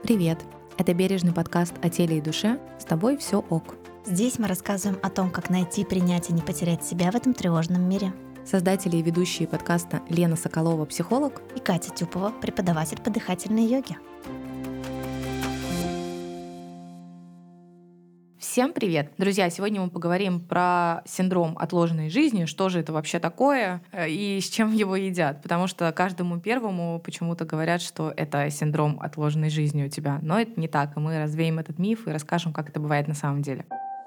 Привет! Это бережный подкаст о теле и душе. С тобой все ок. Здесь мы рассказываем о том, как найти, принять и не потерять себя в этом тревожном мире. Создатели и ведущие подкаста Лена Соколова, психолог, и Катя Тюпова, преподаватель по дыхательной йоге. Всем привет! Друзья, сегодня мы поговорим про синдром отложенной жизни, что же это вообще такое и с чем его едят. Потому что каждому первому почему-то говорят, что это синдром отложенной жизни у тебя. Но это не так, и мы развеем этот миф и расскажем, как это бывает на самом деле.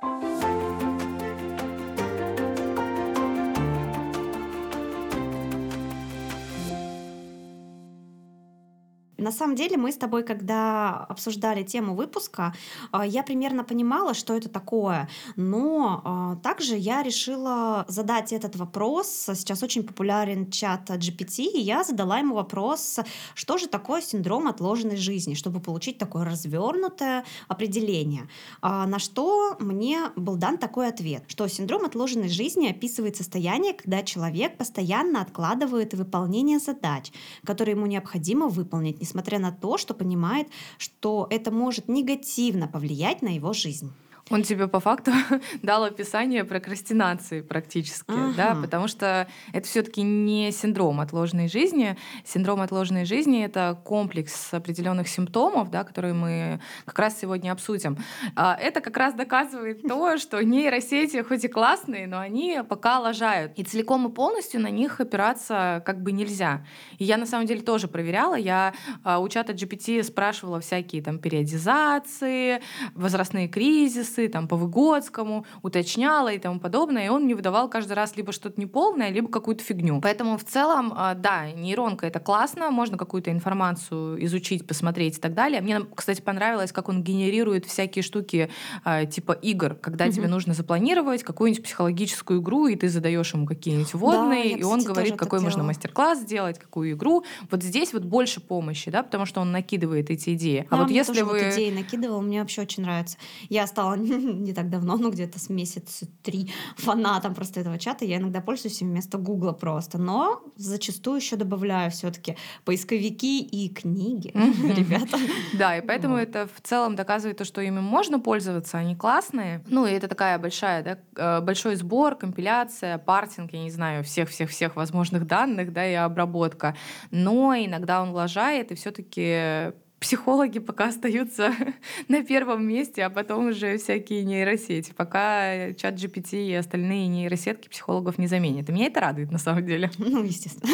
На самом деле мы с тобой, когда обсуждали тему выпуска, я примерно понимала, что это такое, но также я решила задать этот вопрос. Сейчас очень популярен чат GPT, и я задала ему вопрос, что же такое синдром отложенной жизни, чтобы получить такое развернутое определение. На что мне был дан такой ответ, что синдром отложенной жизни описывает состояние, когда человек постоянно откладывает выполнение задач, которые ему необходимо выполнить, несмотря на то, что понимает, что это может негативно повлиять на его жизнь. Он тебе по факту дал описание прокрастинации практически, да, потому что это все-таки не синдром отложенной жизни. Синдром отложенной жизни — это комплекс определенных симптомов, да, которые мы как раз сегодня обсудим. Это как раз доказывает то, что нейросети хоть и классные, но они пока лажают. И целиком и полностью на них опираться как бы нельзя. И я на самом деле тоже проверяла. Я у чата GPT спрашивала всякие там периодизации, возрастные кризисы, там, по Выгодскому, уточняла и тому подобное, и он мне выдавал каждый раз либо что-то неполное, либо какую-то фигню. Поэтому в целом, да, нейронка — это классно, можно какую-то информацию изучить, посмотреть и так далее. Мне, кстати, понравилось, как он генерирует всякие штуки типа игр, когда тебе нужно запланировать какую-нибудь психологическую игру, и ты задаешь ему какие-нибудь вводные, да, и он говорит, какой можно мастер-класс сделать, какую игру. Вот здесь вот больше помощи, да, потому что он накидывает эти идеи. А вот если тоже вы... вот идеи накидывал, мне вообще очень нравится. Я стала не так давно, где-то с месяца 3 фанатом просто этого чата. Я иногда пользуюсь им вместо Гугла просто. Но зачастую еще добавляю все-таки поисковики и книги, ребята. Да, и поэтому это в целом доказывает то, что ими можно пользоваться, они классные. Ну, и это такая большая, да, большой сбор, компиляция, парсинг, я не знаю, всех возможных данных, да, и обработка. Но иногда он лажает, и все-таки психологи пока остаются на первом месте, а потом уже всякие нейросети. Пока чат GPT и остальные нейросетки психологов не заменят. И меня это радует на самом деле. Ну, естественно.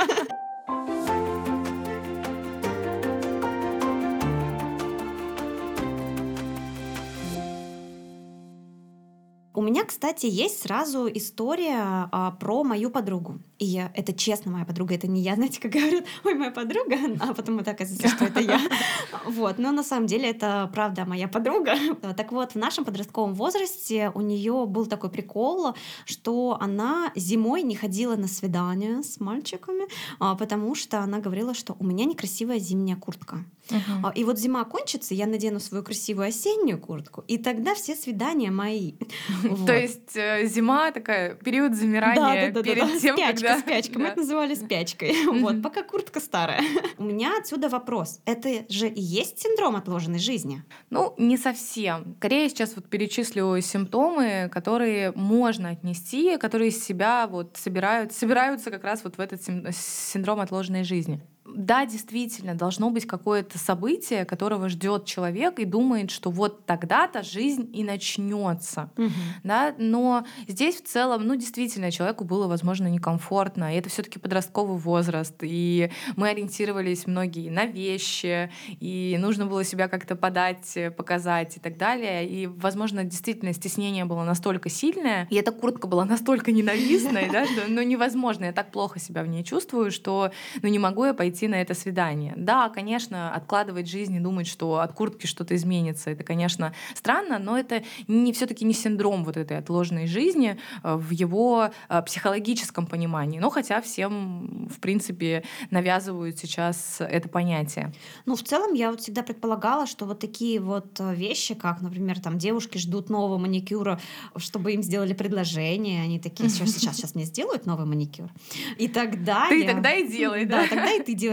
У меня, кстати, есть сразу история про мою подругу. И это честно моя подруга, это не я, знаете, как говорят, ой, моя подруга, а потом это оказывается, что это я. Вот. Но на самом деле это правда моя подруга. Так вот, в нашем подростковом возрасте у нее был такой прикол, что она зимой не ходила на свидания с мальчиками, потому что она говорила, что у меня некрасивая зимняя куртка. И вот зима кончится, я надену свою красивую осеннюю куртку, и тогда все свидания мои. Вот. То есть зима такая, период замирания перед тем, когда... Спячка. Мы это называли спячкой. Вот, пока куртка старая. У меня отсюда вопрос. Это же и есть синдром отложенной жизни? Ну, не совсем. Скорее, я сейчас вот перечислю симптомы, которые можно отнести, которые из себя вот собираются как раз вот в этот синдром отложенной жизни. Да, действительно, должно быть какое-то событие, которого ждет человек и думает, что вот тогда-то жизнь и начнется. Да? Но здесь в целом, ну, действительно, человеку было, возможно, некомфортно. И это все-таки подростковый возраст. И мы ориентировались многие на вещи, и нужно было себя как-то подать, показать и так далее. И, возможно, действительно, стеснение было настолько сильное, и эта куртка была настолько ненавистной, да, что невозможно. Я так плохо себя в ней чувствую, что не могу я пойти на это свидание. Да, конечно, откладывать жизнь и думать, что от куртки что-то изменится, это, конечно, странно, но это все-таки не синдром вот этой отложенной жизни в его психологическом понимании. Но хотя всем, в принципе, навязывают сейчас это понятие. Ну, в целом, я вот всегда предполагала, что вот такие вот вещи, как, например, там девушки ждут нового маникюра, чтобы им сделали предложение, они такие, сейчас мне сделают новый маникюр. И тогда ты тогда и делай, да, тогда и ты делай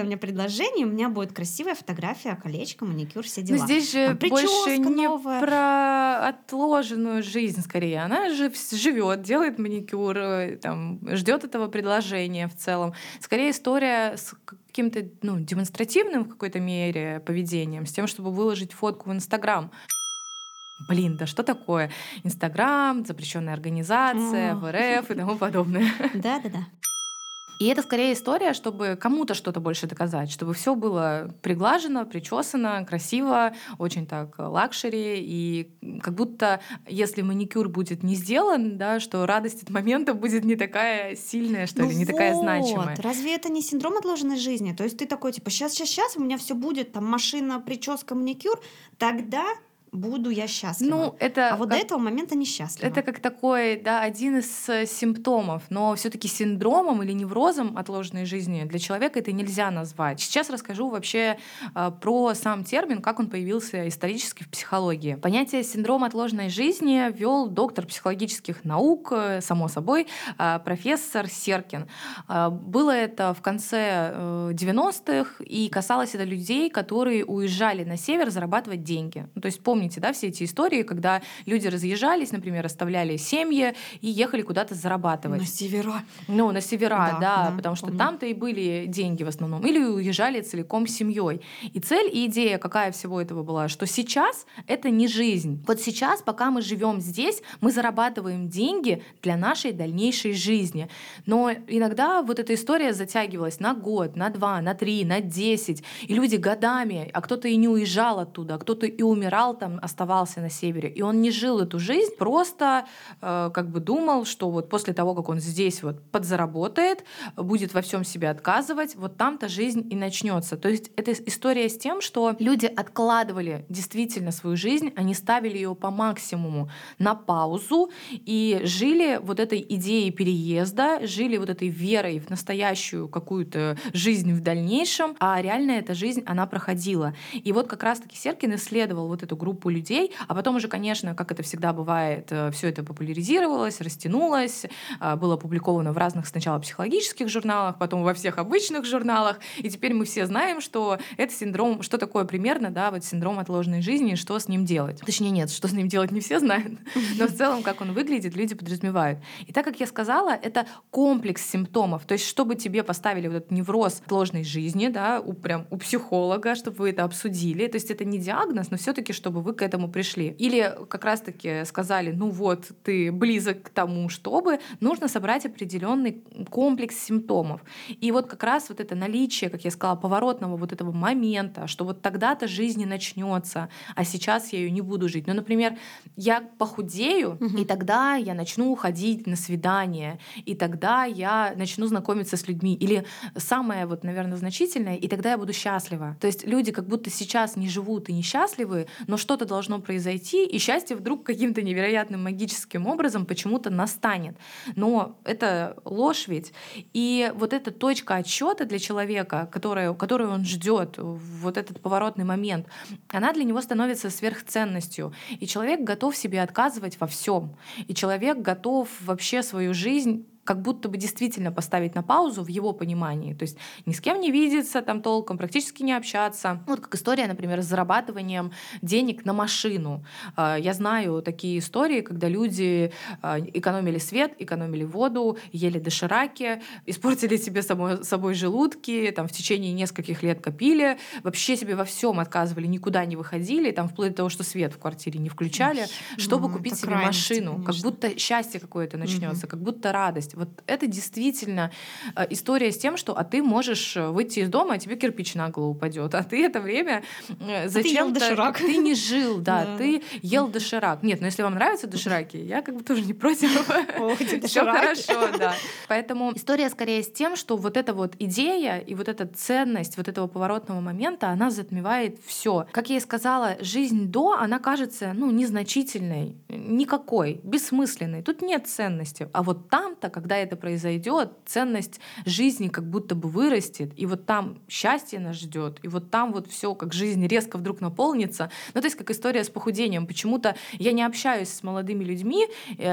красивое мне предложение, у меня будет красивая фотография, колечко, маникюр, все Но дела. здесь же Там больше прическа не новая. про отложенную жизнь скорее. Она же живет, делает маникюр, там, ждет этого предложения в целом. Скорее история с каким-то демонстративным в какой-то мере поведением, с тем, чтобы выложить фотку в Инстаграм. Блин, да что такое? Инстаграм, запрещенная организация, в РФ и тому подобное. Да-да-да. И это скорее история, чтобы кому-то что-то больше доказать, чтобы все было приглажено, причесано, красиво, очень так лакшери. И как будто если маникюр будет не сделан, да, что радость от момента будет не такая сильная, что ли, не такая значимая. Разве это не синдром отложенной жизни? То есть ты такой, типа, сейчас, у меня все будет, там, машина, прическа, маникюр, тогда буду я счастлива. А вот до этого момента несчастлива. Это как такой, да, один из симптомов, но все-таки синдромом или неврозом отложенной жизни для человека это нельзя назвать. Сейчас расскажу вообще про сам термин, как он появился исторически в психологии. Понятие синдром отложенной жизни ввел доктор психологических наук, само собой, профессор Серкин. Было это в конце 90-х, и касалось это людей, которые уезжали на север зарабатывать деньги. То есть помните, да, все эти истории, когда люди разъезжались, например, оставляли семьи и ехали куда-то зарабатывать. На севера. На севера, да, потому что помню. там-то и были деньги в основном. Или уезжали целиком с семьей. И цель и идея какая всего этого была, что сейчас это не жизнь. Вот сейчас, пока мы живем здесь, мы зарабатываем деньги для нашей дальнейшей жизни. Но иногда вот эта история затягивалась на год, на 2, на 3, на 10. И люди годами, а кто-то и не уезжал оттуда, а кто-то и умирал там, оставался на севере, и он не жил эту жизнь, просто думал, что вот после того, как он здесь вот подзаработает, будет во всем себе отказывать, вот там-то жизнь и начнется. То есть это история с тем, что люди откладывали действительно свою жизнь, они ставили ее по максимуму на паузу и жили вот этой идеей переезда, жили вот этой верой в настоящую какую-то жизнь в дальнейшем, а реально эта жизнь, она проходила. И вот как раз-таки Серкин исследовал вот эту группу людей, а потом уже, конечно, как это всегда бывает, все это популяризировалось, растянулось, было опубликовано в разных сначала психологических журналах, потом во всех обычных журналах, и теперь мы все знаем, что это синдром, что такое примерно, да, вот синдром отложенной жизни, что с ним делать. Точнее, нет, что с ним делать не все знают, но в целом, как он выглядит, люди подразумевают. И так как я сказала, это комплекс симптомов, то есть чтобы тебе поставили вот этот невроз отложенной жизни, да, прям у психолога, чтобы вы это обсудили, то есть это не диагноз, но все-таки чтобы вы к этому пришли. Или как раз-таки сказали, ты близок к тому, чтобы, нужно собрать определенный комплекс симптомов. И вот как раз вот это наличие, как я сказала, поворотного вот этого момента, что вот тогда-то жизнь не начнется, а сейчас я ее не буду жить. Например, я похудею, и тогда я начну ходить на свидания, и тогда я начну знакомиться с людьми. Или самое, наверное, значительное, и тогда я буду счастлива. То есть люди как будто сейчас не живут и несчастливы, но что-то должно произойти, и счастье вдруг каким-то невероятным магическим образом почему-то настанет. Но это ложь ведь. И вот эта точка отсчета для человека, которую он ждет, вот этот поворотный момент, она для него становится сверхценностью. И человек готов себе отказывать во всем. И человек готов вообще свою жизнь как будто бы действительно поставить на паузу в его понимании. То есть ни с кем не видеться там толком, практически не общаться. Вот как история, например, с зарабатыванием денег на машину. Я знаю такие истории, когда люди экономили свет, экономили воду, ели дошираки, испортили себе собой желудки, там в течение нескольких лет копили, вообще себе во всем отказывали, никуда не выходили, там вплоть до того, что свет в квартире не включали, чтобы купить себе машину. Конечно. Как будто счастье какое-то начнется, как будто радость. Вот это действительно история с тем, что ты можешь выйти из дома, а тебе кирпич на голову упадет, а ты это время зачем-то ты не жил, да, ты ел доширак. Нет, но если вам нравятся дошираки, я тоже не против. Все хорошо, да. Поэтому история скорее с тем, что вот эта вот идея и вот эта ценность вот этого поворотного момента, она затмевает все. Как я и сказала, жизнь до, она кажется, незначительной, никакой, бессмысленной. Тут нет ценности. А вот там-то, когда это произойдет, ценность жизни как будто бы вырастет, и вот там счастье нас ждет, и вот там вот все как жизнь резко вдруг наполнится. Ну, то есть как история с похудением. Почему-то я не общаюсь с молодыми людьми,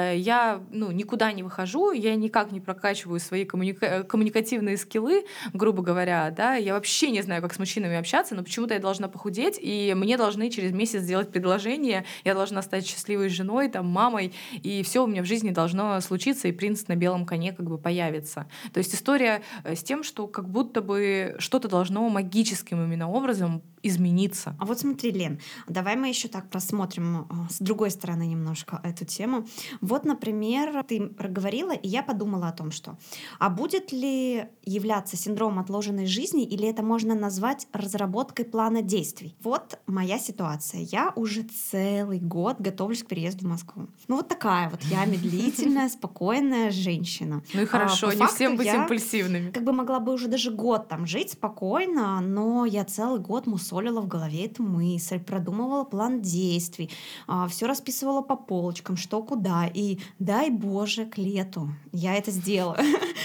я никуда не выхожу, я никак не прокачиваю свои коммуникативные скиллы, грубо говоря, да, я вообще не знаю, как с мужчинами общаться, но почему-то я должна похудеть, и мне должны через месяц сделать предложение, я должна стать счастливой женой, там, мамой, и все у меня в жизни должно случиться, и принц на белом коне как бы появится. То есть история с тем, что как будто бы что-то должно магическим именно образом измениться. А вот смотри, Лен, давай мы еще так просмотрим с другой стороны немножко эту тему. Вот, например, ты проговорила, и я подумала о том, что а будет ли являться синдром отложенной жизни, или это можно назвать разработкой плана действий? Вот моя ситуация. Я уже целый год готовлюсь к переезду в Москву. Ну вот такая вот я медлительная, спокойная женщина. Ну и хорошо, По не факту всем быть я импульсивными. как бы могла бы уже даже год там жить спокойно, но я целый год мусолила в голове эту мысль, продумывала план действий, все расписывала по полочкам, что куда, и дай Боже, к лету я это сделаю.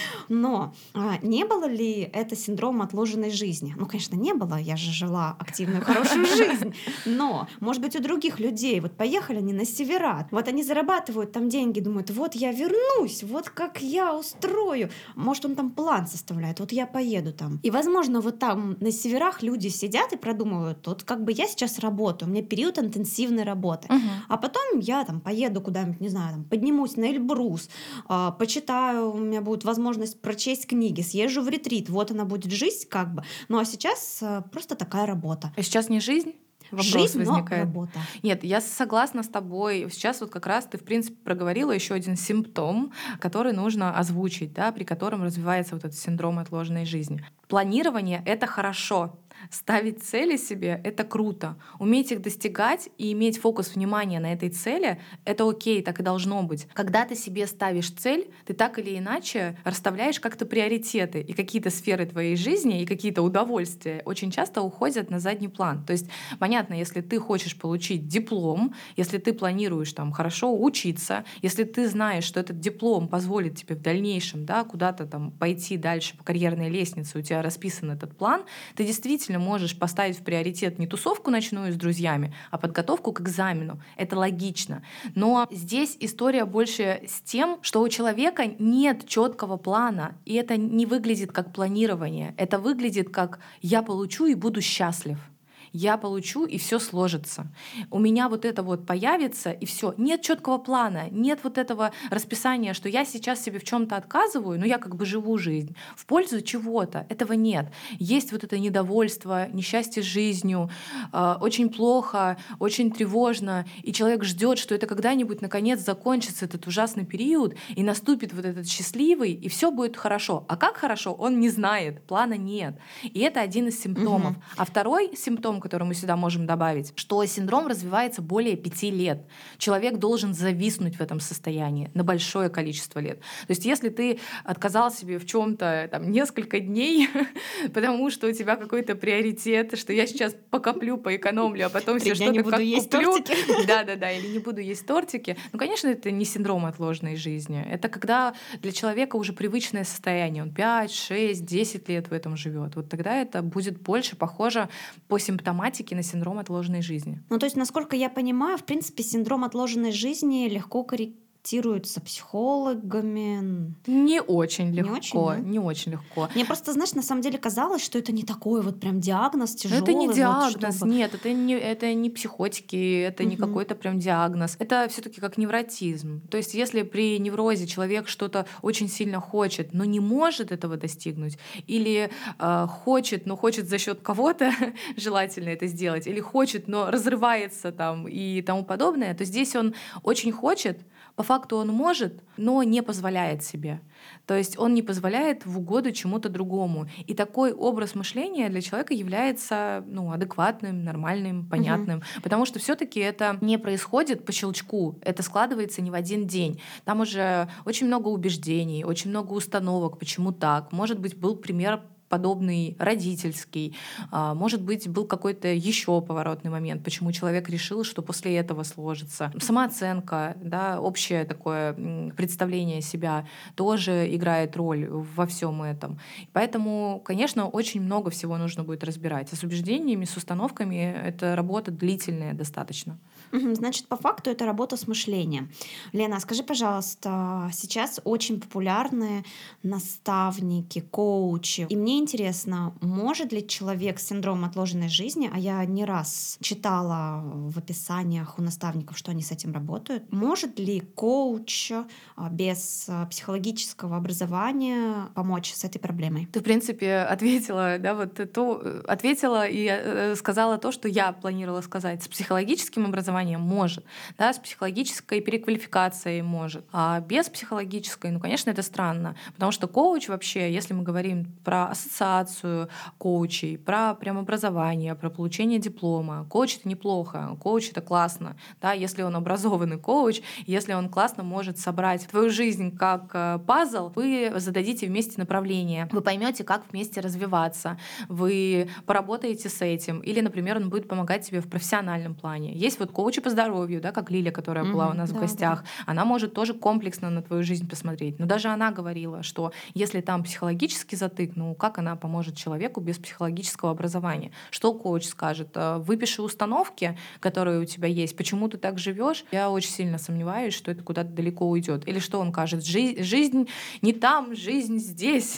Но не было ли это синдром отложенной жизни? Ну, конечно, не было, я же жила активную, хорошую жизнь. Но, может быть, у других людей, вот поехали они на севера, вот они зарабатывают там деньги, думают, вот я вернусь, вот как я устрою. Может, он там план составляет, вот я поеду там. И, возможно, вот там на северах люди сидят и продумывают, вот как бы я сейчас работаю, у меня период интенсивной работы, а потом я там поеду куда-нибудь, не знаю, там, поднимусь на Эльбрус, почитаю, у меня будет возможность прочесть книги, съезжу в ретрит, вот она будет жизнь как бы. Ну а сейчас просто такая работа. А сейчас не жизнь? Вопрос Жизнь, но возникает. работа. Нет, я согласна с тобой. Сейчас вот как раз ты, в принципе, проговорила еще один симптом, который нужно озвучить, да, при котором развивается вот этот синдром отложенной жизни. Планирование — это хорошо. Ставить цели себе — это круто. Уметь их достигать и иметь фокус внимания на этой цели — это окей, так и должно быть. Когда ты себе ставишь цель, ты так или иначе расставляешь как-то приоритеты, и какие-то сферы твоей жизни и какие-то удовольствия очень часто уходят на задний план. То есть, понятно, если ты хочешь получить диплом, если ты планируешь там хорошо учиться, если ты знаешь, что этот диплом позволит тебе в дальнейшем, да, куда-то там пойти дальше по карьерной лестнице, у тебя расписан этот план, ты действительно можешь поставить в приоритет не тусовку ночную с друзьями, а подготовку к экзамену. Это логично. Но здесь история больше с тем, что у человека нет четкого плана, и это не выглядит как планирование. Это выглядит как «я получу и буду счастлив». Я получу, и все сложится. У меня вот это вот появится, и все. Нет четкого плана, нет вот этого расписания, что я сейчас себе в чем-то отказываю, но я как бы живу жизнь. В пользу чего-то. Этого нет. Есть вот это недовольство, несчастье с жизнью, очень плохо, очень тревожно, и человек ждет, что это когда-нибудь наконец закончится этот ужасный период, и наступит вот этот счастливый, и все будет хорошо. А как хорошо, он не знает, плана нет. И это один из симптомов. А второй симптом, который мы сюда можем добавить, что синдром развивается более 5 лет. Человек должен зависнуть в этом состоянии на большое количество лет. То есть если ты отказал себе в чем-то там несколько дней, потому что у тебя какой-то приоритет, что я сейчас покоплю, поэкономлю, а потом все что-то как куплю. Да-да-да, или не буду есть тортики. Ну, конечно, это не синдром отложенной жизни. Это когда для человека уже привычное состояние. Он 5, 6, 10 лет в этом живет. Вот тогда это будет больше похоже по симптоматике на синдром отложенной жизни. Ну, то есть, насколько я понимаю, в принципе, синдром отложенной жизни легко корректируется психологами. Не очень легко. Не очень, да? Не очень легко. Мне просто, знаешь, на самом деле казалось, что это не такой вот прям диагноз тяжелый. Это не диагноз, вот, чтобы... нет, это не психотики, это не какой-то прям диагноз. Это все-таки как невротизм. То есть если при неврозе человек что-то очень сильно хочет, но не может этого достигнуть, или хочет, но хочет за счет кого-то, желательно это сделать, или хочет, но разрывается там и тому подобное, то здесь он очень хочет, по факту он может, но не позволяет себе. То есть он не позволяет в угоду чему-то другому. И такой образ мышления для человека является адекватным, нормальным, понятным. Потому что все-таки это не происходит по щелчку, это складывается не в один день. Там уже очень много убеждений, очень много установок, почему так. Может быть, был пример подобный родительский, может быть, был какой-то еще поворотный момент, почему человек решил, что после этого сложится. Самооценка, да, общее такое представление себя тоже играет роль во всем этом. Поэтому, конечно, очень много всего нужно будет разбирать. А с убеждениями, с установками эта работа длительная достаточно. Значит, по факту это работа с мышлением. Лена, скажи, пожалуйста, сейчас очень популярны наставники, коучи. И мне интересно, может ли человек с синдромом отложенной жизни, а я не раз читала в описаниях у наставников, что они с этим работают, может ли коуч без психологического образования помочь с этой проблемой? Ты, в принципе, ответила, да, ответила и сказала то, что я планировала сказать. С психологическим образованием может, да, с психологической переквалификацией может, а без психологической, ну, конечно, это странно, потому что коуч вообще, если мы говорим про ассоциацию коучей, про прям образование, про получение диплома, коуч — это неплохо, коуч — это классно, да, если он образованный коуч, если он классно может собрать твою жизнь как пазл, вы зададите вместе направление, вы поймете, как вместе развиваться, вы поработаете с этим, или, например, он будет помогать тебе в профессиональном плане. Есть вот коучи по здоровью, да, как Лиля, которая была у нас в гостях, она может тоже комплексно на твою жизнь посмотреть. Но даже она говорила, что если там психологический затык, ну как она поможет человеку без психологического образования? Что коуч скажет? Выпиши установки, которые у тебя есть, почему ты так живешь? Я очень сильно сомневаюсь, что это куда-то далеко уйдет. Или что он скажет? Жизнь не там, жизнь здесь.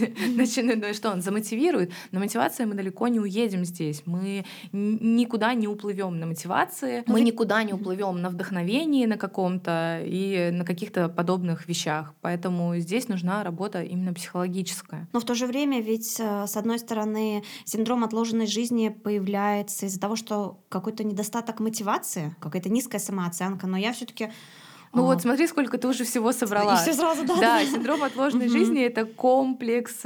Что он замотивирует? На мотивации мы далеко не уедем здесь. Мы никуда не уплывем на мотивации, мы никуда не уплывем на вдохновении на каком-то и на каких-то подобных вещах. Поэтому здесь нужна работа именно психологическая. Но в то же время ведь, с одной стороны, синдром отложенной жизни появляется из-за того, что какой-то недостаток мотивации, какая-то низкая самооценка, но я все-таки ну вот смотри, сколько ты уже всего собрала. И все сразу, да. Да, синдром отложенной жизни — это комплекс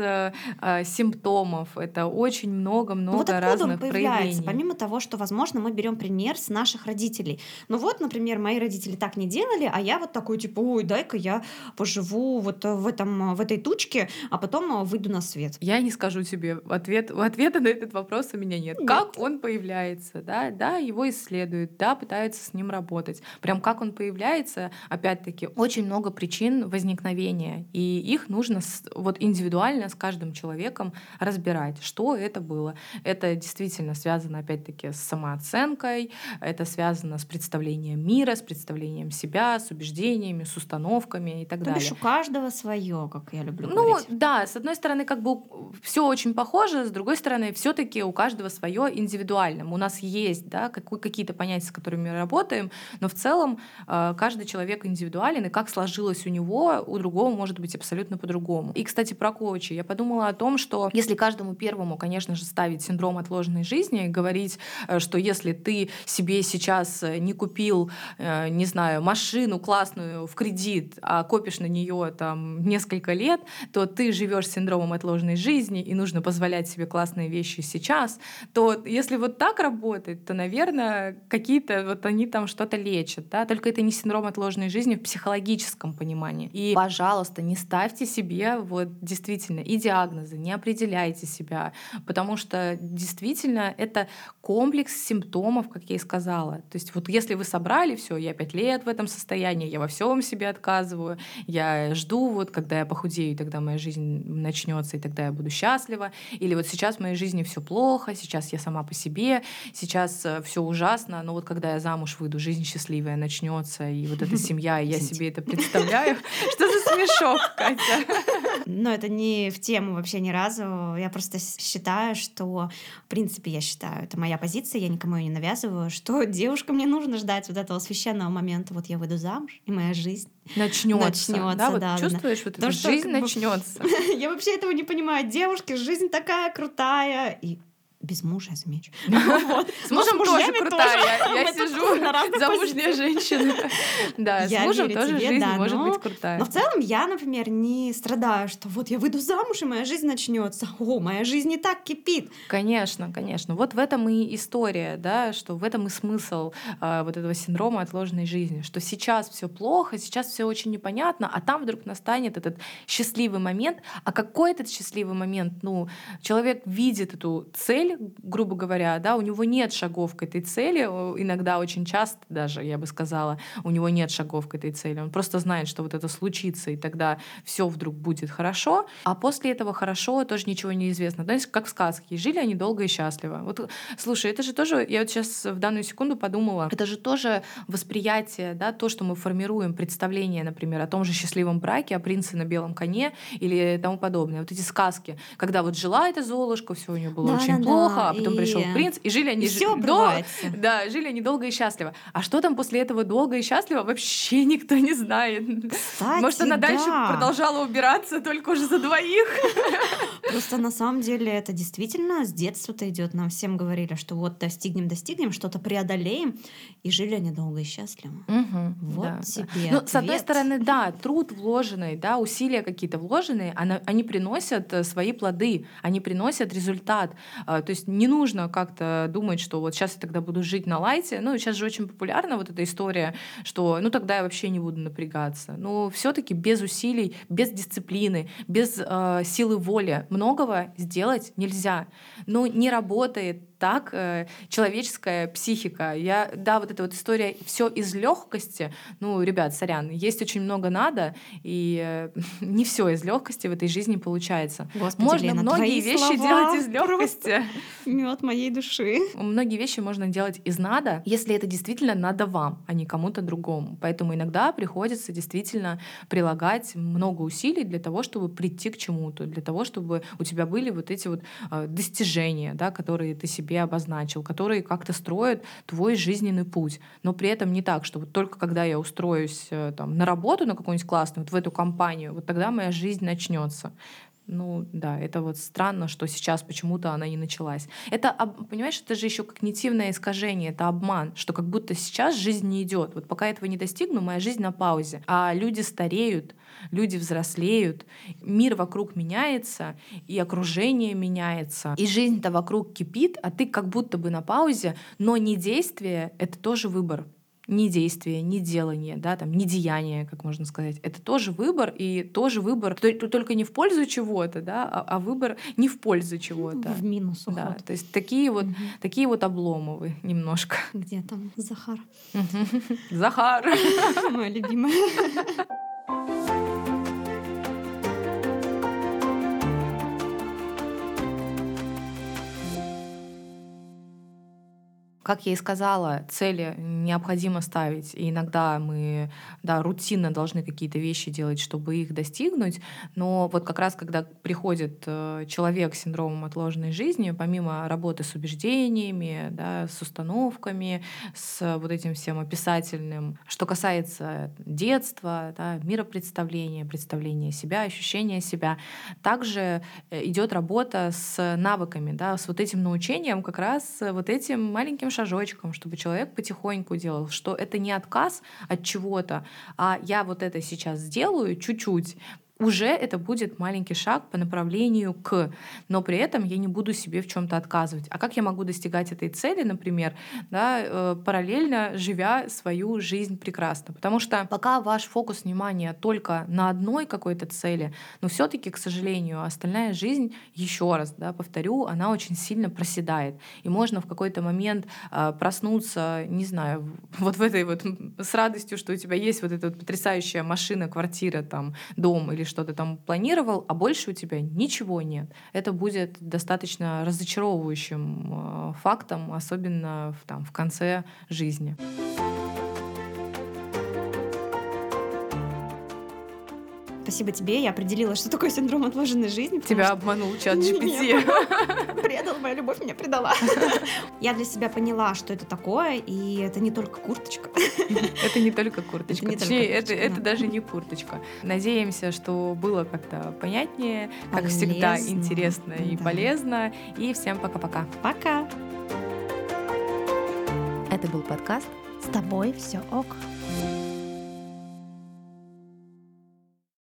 симптомов, это очень много-много вот разных он появляется, проявлений. помимо того, что, возможно, мы берем пример с наших родителей. Ну вот, например, мои родители так не делали, а я вот такой, типа, ой, дай-ка я поживу вот в этой тучке, а потом выйду на свет. Я не скажу тебе, ответа на этот вопрос у меня нет. Как он появляется, да, его исследуют, да, пытаются с ним работать. Прям как он появляется, опять-таки, очень много причин возникновения, и их нужно вот индивидуально с каждым человеком разбирать, что это было. Это действительно связано, опять-таки, с самооценкой, это связано с представлением мира, с представлением себя, с убеждениями, с установками и так далее. То бишь у каждого свое, как я люблю Ну говорить. да, с одной стороны, как бы все очень похоже, с другой стороны, все-таки у каждого свое индивидуально. У нас есть, да, какие-то понятия, с которыми мы работаем, но в целом каждый человек индивидуален, и как сложилось у него, у другого может быть абсолютно по-другому. И, кстати, про коуча. Я подумала о том, что если каждому первому, конечно же, ставить синдром отложенной жизни, говорить, что если ты себе сейчас не купил, не знаю, машину классную в кредит, а копишь на нее там несколько лет, то ты живешь с синдромом отложенной жизни, и нужно позволять себе классные вещи сейчас, то если вот так работать, то, наверное, какие-то вот они там что-то лечат, да, только это не синдром отложенной жизни в психологическом понимании. И, пожалуйста, не ставьте себе вот действительно и диагнозы, не определяйте себя, потому что действительно это комплекс симптомов, как я и сказала. То есть вот если вы собрали все, я 5 лет в этом состоянии, я во всем себе отказываю, я жду вот, когда я похудею, тогда моя жизнь начнется, и тогда я буду счастлива, или вот сейчас в моей жизни все плохо, сейчас я сама по себе, сейчас все ужасно, но вот когда я замуж выйду, жизнь счастливая начнется, и вот эта семья, и я себе это представляю. Что за смешок, Катя? Но это не в тему вообще ни разу. Я просто считаю, что, в принципе, я считаю, это моя позиция, я никому ее не навязываю, что девушкам не нужно ждать вот этого священного момента. Вот я выйду замуж, и моя жизнь начнется. Да, вот да, чувствуешь, вот эта жизнь начнется. Я вообще этого не понимаю. Девушки, жизнь такая крутая. И без мужа я замечу. С мужем тоже крутая. Я сижу, замужняя женщина. Да, с мужем тоже жизнь может быть крутая. Но в целом я, например, не страдаю, что вот я выйду замуж, и моя жизнь начнется. О, моя жизнь не так кипит. Конечно, конечно. Вот в этом и история, да, что в этом и смысл вот этого синдрома отложенной жизни, что сейчас все плохо, сейчас все очень непонятно, а там вдруг настанет этот счастливый момент. А какой этот счастливый момент? Ну, человек видит эту цель, грубо говоря, да, у него нет шагов к этой цели, иногда очень часто даже, я бы сказала, у него нет шагов к этой цели. Он просто знает, что вот это случится, и тогда все вдруг будет хорошо, а после этого хорошо тоже ничего не известно. Знаете, как в сказке. Жили они долго и счастливо. Вот, слушай, это же тоже, я вот сейчас в данную секунду подумала, это же тоже восприятие, да, то, что мы формируем, представление, например, о том же счастливом браке, о принце на белом коне или тому подобное. Вот эти сказки, когда вот жила эта Золушка, все у нее было очень плохо, а потом пришел принц, и жили они жили они долго и счастливо. А что там после этого долго и счастливо, вообще никто не знает. Кстати, может, она дальше продолжала убираться только уже за двоих. Просто на самом деле это действительно с детства-то идет. Нам всем говорили, что вот достигнем, что-то преодолеем, и жили они долго и счастливо. Вот тебе Ну, с одной стороны, да, труд вложенный, да, усилия какие-то вложенные, они приносят свои плоды, они приносят результат. То есть не нужно как-то думать, что вот сейчас я тогда буду жить на лайте. Ну, сейчас же очень популярна вот эта история, что ну тогда я вообще не буду напрягаться. Но все-таки без усилий, без дисциплины, без силы воли многого сделать нельзя. Ну, не работает так человеческая психика. Да, вот эта вот история все из легкости. Ну, ребят, сорян, есть очень много надо, и не все из легкости в этой жизни получается. Господи, можно Лена, многие вещи делать из легкости. Мед моей души. Многие вещи можно делать из надо, если это действительно надо вам, а не кому-то другому. Поэтому иногда приходится действительно прилагать много усилий для того, чтобы прийти к чему-то, для того, чтобы у тебя были вот эти вот достижения, да, которые ты себе обозначил, которые как-то строят твой жизненный путь. Но при этом не так, что вот только когда я устроюсь там, на работу на какую-нибудь классную, вот в эту компанию, вот тогда моя жизнь начнется. Ну да, это вот странно, что сейчас почему-то она не началась. Это, понимаешь, это же еще когнитивное искажение, это обман, что как будто сейчас жизнь не идет. Вот пока этого не достигну, моя жизнь на паузе. А люди стареют, люди взрослеют, мир вокруг меняется, и окружение меняется, и жизнь-то вокруг кипит, а ты как будто бы на паузе, но не действие — это тоже выбор. Не действие, не делание, да, там, не деяние, как можно сказать. Это тоже выбор, и тоже выбор только не в пользу чего-то, да, а выбор не в пользу чего-то. В минус уход. Да, то есть такие вот Обломовы немножко. Где там Захар? Захар! Моя любимая. Как я и сказала, цели необходимо ставить. И иногда мы, да, рутинно должны какие-то вещи делать, чтобы их достигнуть. Но вот как раз, когда приходит человек с синдромом отложенной жизни, помимо работы с убеждениями, да, с установками, с вот этим всем описательным, что касается детства, да, миропредставления, представления себя, ощущения себя, также идет работа с навыками, да, с вот этим научением, как раз вот этим маленьким шажочком, чтобы человек потихоньку делал, что это не отказ от чего-то, а я вот это сейчас сделаю чуть-чуть, уже это будет маленький шаг по направлению к, но при этом я не буду себе в чем-то отказывать. А как я могу достигать этой цели, например, да, параллельно живя свою жизнь прекрасно? Потому что пока ваш фокус внимания только на одной какой-то цели, но все-таки, к сожалению, остальная жизнь, еще раз, да, повторю, она очень сильно проседает. И можно в какой-то момент проснуться, не знаю, вот в этой вот с радостью, что у тебя есть вот эта вот потрясающая машина, квартира, там, дом или что ты там планировал, а больше у тебя ничего нет. Это будет достаточно разочаровывающим фактом, особенно в конце жизни. спасибо тебе, я определила, что такое синдром отложенной жизни. Тебя обманул чат GPT. Предал, моя любовь меня предала. Я для себя поняла, что это такое, и это не только курточка. Это не только курточка. Это не Точнее, только курточка, это да. даже не курточка. Надеемся, что было как-то понятнее, как всегда, Полезно. интересно и Да. полезно. И всем пока-пока. Пока. Это был подкаст С тобой все ок.